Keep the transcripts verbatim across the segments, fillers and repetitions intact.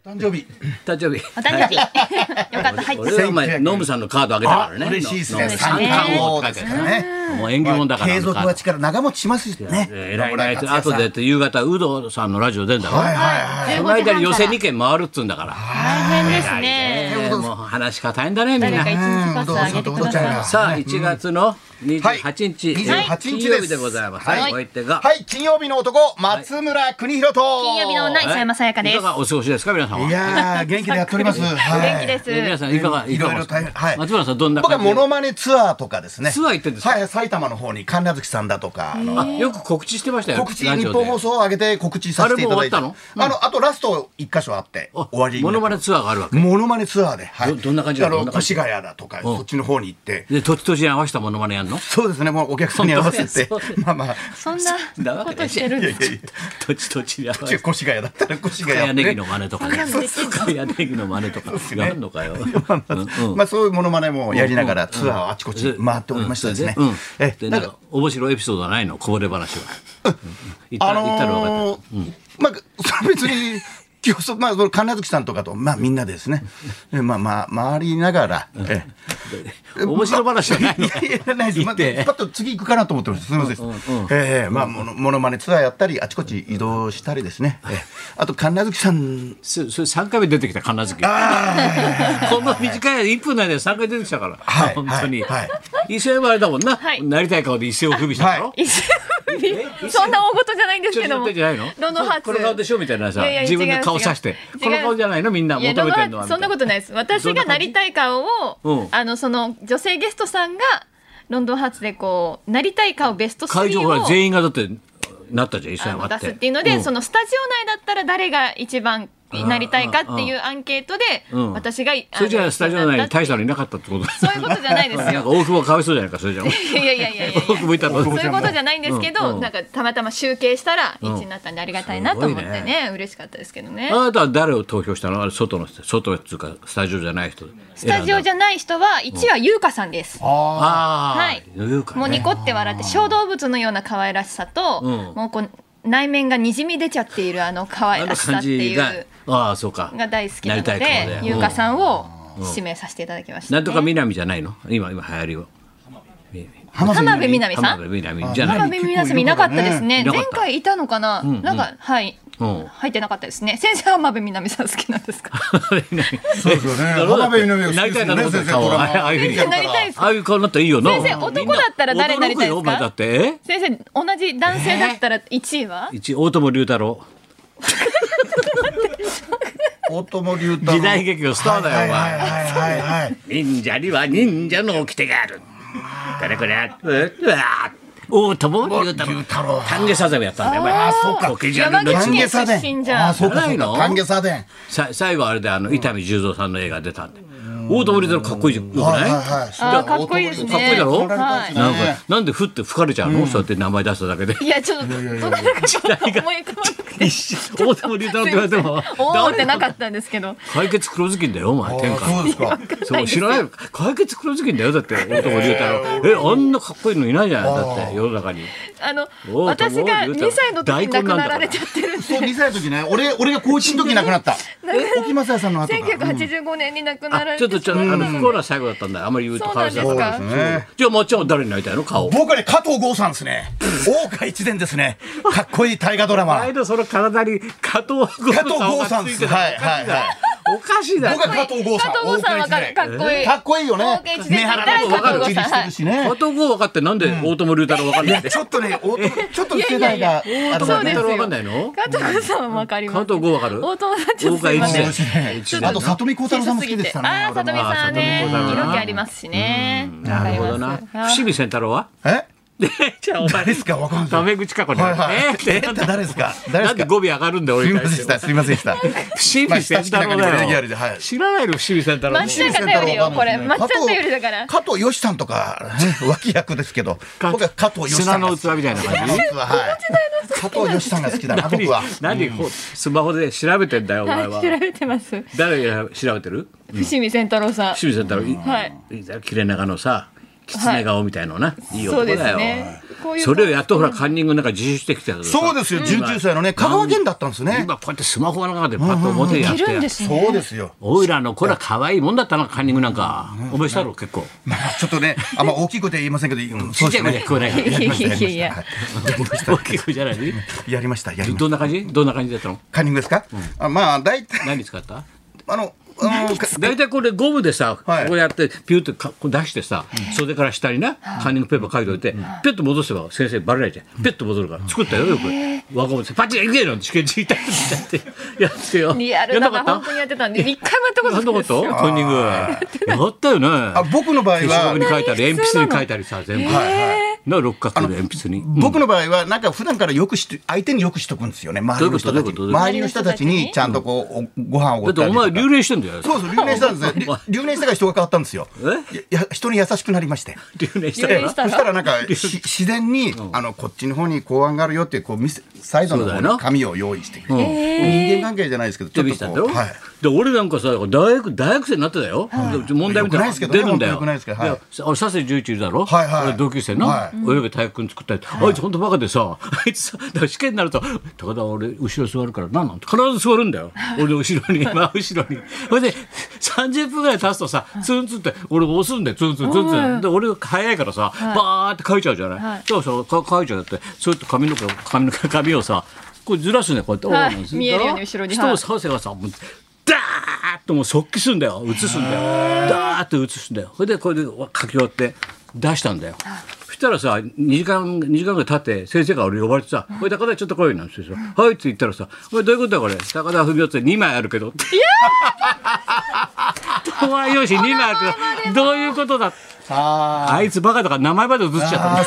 誕生日誕生日お誕生日よかった入って俺はお前ノムさんのカードあげたからね。 嬉しいですね。 三冠王って書いてあるからね。もう縁起物だから。 継続は力、長持ちしますしね。 えらいなあとで夕方有働さんのラジオ出んだろ。 はいはいはい。 その間に予選にけん回るっつうんだから。 大変ですね。 もう話し方変だねみんな。 誰か一日パスあげてください。 さあいちがつのにじゅうはちにちにじゅうはちにち金曜日でございます。お相手がはい金曜日の男松村邦弘と金曜日の女磯山さやかです。 いかがお過ごしですか皆さんは。 いや元気でやっております。 元気です。 皆さんいかがいかが松村さんどんな僕はモノマネツアーとかですね。 ツアー行ってんですか。 はい埼玉の方に神奈月さんだとかあよく告知してましたよ。 告知日本放送を上げて告知させていただいて。 あれも終わったの？ あのあとラスト一箇所あって終わり。 モノマネツアーがあるわけ。 モノマネツアーでどんな感じなの？ あの越谷だとかそっちの方に行ってで土地土地に合わせたモノマネやんの？ そうですねもうお客さんに合わせてまあまあそんなことしてるんですか。 土地土地に合わせて越谷だったら越谷深谷ネギの真似とかね。深谷ネギの真似とかやんのかよ。 まあそういうモノマネもやりながらツアーをあちこち回っておりましたですね。 えなんか面白いエピソードはないの？こぼれ話は。 あのまあ別に今日そまあ神奈月さんとかとまあみんなですねまあまあ回りながら面白話はないの？ いやないです。まあパッと次行くかなと思ってます。すみません。ええまあモノモノマネツアーやったりあちこち移動したりですね。あと神奈月さんそそれさんかいめ出てきた神奈月。この短いいっぷんの間でさんかい出てきたから。本当に。伊勢はあれだもんな。なりたい顔で一世を風靡したの。 そんな大事じゃないんですけども。 じゃないの？ ロンドンハーツ。 この顔でしょみたいなさ自分の顔さしてこの顔じゃないのみんな求めてるのは。 そんなことないです。私がなりたい顔をあのその女性ゲストさんがロンドンハーツでこうなりたい顔ベストスリーを会場は全員がだってなったじゃん。伊勢山出すっていうのでそのスタジオ内だったら誰が一番なりたいかっていうアンケートで私がそれじゃあスタジオ内に大したのいなかったってこと？ そういうことじゃないですよ。 大久保かわいそうじゃないかそれじゃ。いやいやいやいやいやそういうことじゃないんですけどなんかたまたま集計したらいちになったんでありがたいなと思ってね嬉しかったですけどね。 あなたは誰を投票したの？あれ外の人外っていうかスタジオじゃない人。 スタジオじゃない人はいちいは優香さんです。 ああはいもうニコって笑って小動物のような可愛らしさともうこう内面がにじみ出ちゃっているあの可愛らしさっていうああそうかが大好きなので優香さんを指名させていただきました。 なんとか南じゃないの？今今流行りを浜辺美波さん。 浜辺美波じゃない。 浜辺美波さんいなかったですね。前回いたのかな。なんかはい入ってなかったですね。先生は浜辺美波さん好きなんですか？ そうですよね。浜辺美波なりたいなと思った顔はああいうふうになりたいです。 ああいう顔になったらいいよな。 先生男だったら誰になりたいですか？ だって先生同じ男性だったらいちいは？ いちい大友龍太郎。 大友龍太郎。 時代劇のスターだよお前。 はいはいはい。 忍者には忍者の掟がある。誰これ？うわ大友龍太郎。丹下サザエやったんだよ。 ああそうか。 山口県出身じゃん。 あそうかそうか。丹下サザエ。 最後あれであの伊丹十三さんの映画出たんで。大友龍太郎かっこいいじゃん。よくない？ あかっこいいですね。 かっこいいだろ？ はい。 なんかなんでふって吹かれちゃうの？そうやって名前出しただけで。 いやちょっとどこだかちょっと思い浮かばなくて。 大友龍太郎って言われてもおーってなかったんですけど。 解決黒ずきんだよお前天下。 そうですか。 そう知らない。解決黒ずきんだよだって大友龍太郎。えあんなかっこいいのいないじゃないだって世の中に。あの私がにさいの時に亡くなられちゃってるんで。 そうにさいの時ね。俺俺が高一の時亡くなった。沖正也さんの後。 せんきゅうひゃくはちじゅうごねんに亡くなられて。 ちょっとちょっとあの不幸な最後だったんだ。あんまり言うとかわいそうだから。じゃあまっちゃんは誰になりたいの顔？ 僕はね加藤剛さんですね。大岡越前ですね。かっこいい大河ドラマ。 毎度その体に加藤剛さんです。はいはいはい。 おかしいだろ。 僕は加藤剛さん。 加藤剛さんわかる。かっこいい。 かっこいいよね。目鼻だと分かる。切りしてるしね。 加藤剛分かってなんで大友龍太郎分かんないんで。 ちょっとね、ちょっと世代が大友龍太郎分かんないの？ 加藤剛さん分かります。 加藤剛分かる？ 大友さんちょっとすいません。 あと里見孝太郎さんも好きでしたね。 ああ里見さんね。色気ありますしね。 なるほどな。伏見仙太郎は？ え？ じゃあお前ですかわかんない。 タメ口過去に。 えって誰ですか？ なんで語尾上がるんだよ俺。 すみませんでした。すみませんでした。 伏見仙太郎だよ。知らないの伏見仙太郎。 抹茶が頼りよこれ。抹茶頼りだから。 加藤よしさんとか脇役ですけど、僕は加藤よしさん。 砂の器みたいな感じ。 加藤よしさんが好きだな僕は。 何スマホで調べてんだよお前は。 調べてます。 誰調べてる？ 伏見仙太郎さん。 伏見仙太郎。 はい。 切れ長のさ。 狐顔みたいなのな、いい男だよ。 こういうそれをやっとほらカンニングなんか自首してきたけどさ、 そうですよ、じゅうきゅうさいのね、香川県だったんですね。 今こうやってスマホの中でパッと表にやっていけるんですね。 そうですよ。 おいらの子ら可愛いもんだったな、カンニングなんか。覚えしたろ結構。 まあちょっとね、あんま大きい声で言いませんけど、うんそうですね。 聞こえないから。 いやいやいや大きい声じゃない。 やりました、やりました。 どんな感じ？どんな感じだったの？ カンニングですか？あ、まあ大体何使った？ あの。 大体これゴムでさ、 はい、 ここやってピュッとかこう出してさ、袖から下になカンニングペーパー書いておいて、ピュッと戻せば先生バレないじゃん。ピュッと戻るから作ったよよく。若者でパチッいけよ試験中痛いってやってよ。 リアルだな、本当にやってたんで一回もやったことないですよ。 カンニングやったよね。 あ、僕の場合は消しゴムに書いたり鉛筆に書いたりさ、全部。な六角で鉛筆に。 僕の場合はなんか普段からよくし相手によくしとくんですよね。周りの人たちに周りの人たちにちゃんとこうご飯をおごったりとか。 だってお前留年してんだよ。 そうそう留年したんですよ。留年したから人が変わったんですよ。いや人に優しくなりまして。 留年したら。 そしたらなんか自然にあのこっちの方に公安があるよってこうサイドの方に紙を用意してくれて。人間関係じゃないですけどちょっとこう。 で俺なんかさ大学大学生になってたよ。問題みたいなの出るんだよ。俺佐世十一いるだろ。俺同級生な。泳げ体育君作ったり。あいつ本当バカでさ、あいつさ試験になると高田俺後ろ座るから何なんて必ず座るんだよ。俺の後ろに真後ろに。それでさんじゅっぷんぐらい経つとさツンツンって俺押すんだよ。ツンツンツンツン。で俺早いからさバーって書いちゃうじゃない。そうそう書いちゃうってそうやって髪の毛髪の髪をさこうずらすねこうやって。 見えるように後ろに。 人をさせがさダーッともう即帰すんだよ映すんだよダーッと映すんだよ。それでこれで書き終わって出したんだよ。そしたらさにじかんにじかんぐらい経って先生が俺呼ばれてさ「これ高田ちょっと来い」なんて言ってさ「はい」って言ったらさ「これどういうことだこれ高田文夫ってにまいあるけど」って答案用紙にまいあるけどどういうことだって。あいつバカだから名前まで写しちゃった。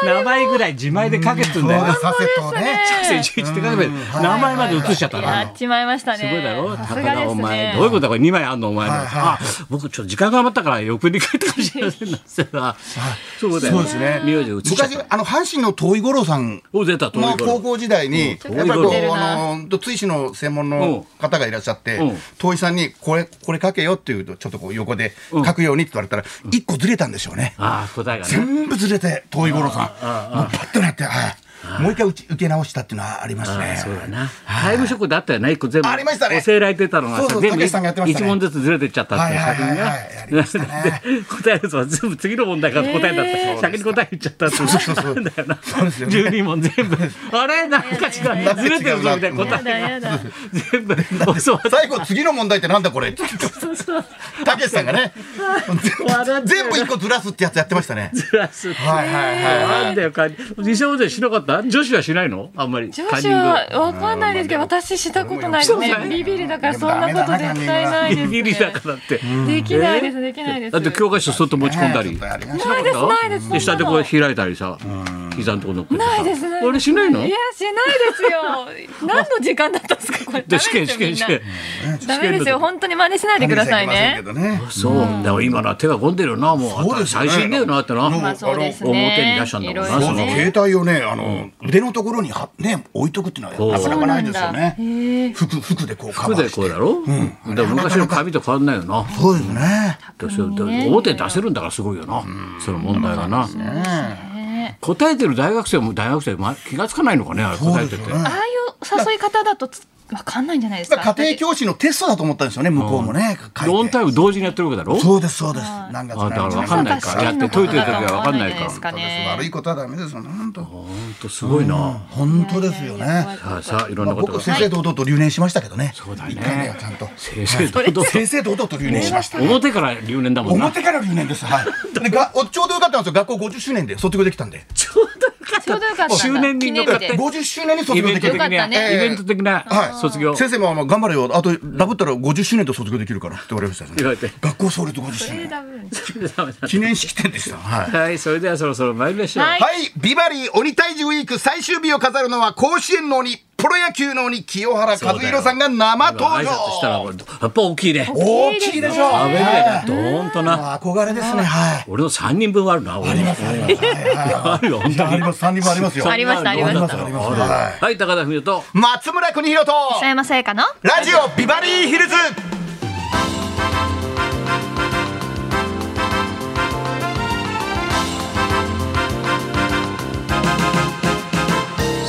名前ぐらい自前で書けってんだよ。 させとね。 させじゅういちって書けば名前まで写しちゃったやっちまいましたね。 すごいだろ。高田お前どういうことだこれにまいあんのお前の。あ僕ちょっと時間が余ったから横に書いたかもしれませんな。そうだよ。 そうですね。 名字写しちゃった。 昔あの阪神の遠井五郎さんの高校時代にやっぱりこうあの追試の専門の方がいらっしゃって遠井さんにこれこれ書けよって言うとちょっとこう横で書くようにって言われたら一個ずれたんでしょうね。 ああ答えがね全部ずれて遠い五郎さんもうパッとなってもう一回受け直したっていうのはありますね。 そうだなタイムショックだったよね一個全部ありましたね教えられてたのが全部一問ずつずれてっちゃったっていう先にね答えると全部次の問題から答えだった先に答え言っちゃったってなんだよなじゅうにもん全部あれなんか違うずれてるぞみたいな答えが全部最後次の問題ってなんだこれたけしさんがね全部一個ずらすってやつやってましたね。 ずらすはいはいはいなんだよ西山でしなかった女子はしないのあんまり女子はわかんないですけど私したことないですね。ビビリだからそんなこと絶対ないですね。 ビビリだからってできないですできないです。 だって教科書外持ち込んだりしなかったないですで下でこう開いたりさ膝のとこ乗っけてないですね。 俺しないの？ いやしないですよ。何の時間だったんですかこれ。 試験試験試験ダメですよ本当に真似しないでくださいね。 そうだから今のは手が込んでるなもう最新だよなってな表に出したんだもんなその携帯をねあの腕のところにね置いとくっていうのはなかなかないですよね。服服でこうカバーして服でこうだろでも昔の紙と変わんないよな。 そうですね。 表に出せるんだからすごいよなその問題がな。答えてる大学生も大学生気がつかないのかねあれ答えてて。 ああいう誘い方だとわかんないんじゃないですか。 家庭教師のテストだと思ったんですよね向こうもね。 オンタイム同時にやってるわけだろ。 そうですそうです。何月だからわかんないかやって解いてる時はわかんないか。 悪いことはダメですよね本当。 本当すごいな。 本当ですよね。 さあさあいろんなことが。 僕正々堂々と留年しましたけどね。 そうだね。 一回目はちゃんと正々堂々 正々堂々と留年しました。 表から留年だもんな。 表から留年です。はい。でがちょうどよかったんですよ学校ごじゅっしゅうねんで卒業できたんで。 ちょうどよかった。 周年に乗っかってごじゅっしゅうねんに卒業できる。 イベント的な卒業。 先生も頑張れよあとダブったらごじゅっしゅうねんと卒業できるからって言われましたね。学校創立ごじゅっしゅうねん記念式典でした。 はいそれではそろそろ参りましょう。 はいビバリー鬼退治ウィーク最終日を飾るのは甲子園の鬼プロ野球の鬼清原和博さんが生登場。 挨拶したらやっぱ大きいね。 大きいでしょ。 食べるやドーンとな。 憧れですね。はい。 俺の三人分あるな。ありますあります。あるよ本当に。 あります三人分ありますよ。 ありましたありました。 はい高田文夫と松村邦洋と磯山さやかのラジオビバリーヒルズ。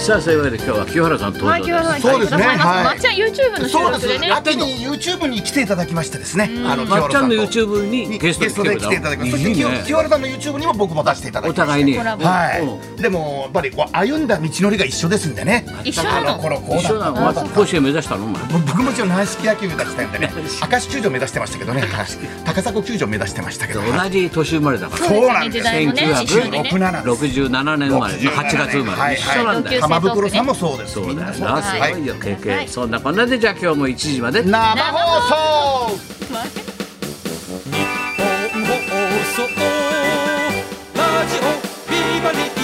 さあそういうわけで今日は清原さん登場です。 そうですね。 まっちゃん YouTube の収録でね。 後に YouTube に来ていただきましてですね。 あのまっちゃんの YouTube にゲストで来ていただきます。 そして清原さんの YouTube にも僕も出していただきました。 お互いに。 はい。でもやっぱり歩んだ道のりが一緒ですんでね。 一緒なの。 一緒なの。また甲子園目指したの？ 僕も一応軟式野球目指したんでね。明石球場目指してましたけどね。高砂球場目指してましたけど。 同じ年生まれだから。 そうなんです。 せんきゅうひゃくろくじゅうななねん生まれ、はちがつ生まれ、一緒なんだよ。 玉袋さんもそうです。 そうだよな、すごいよ経験。そんなこんなでじゃあ今日もいちじまで生放送。 日本放送ラジオビバリー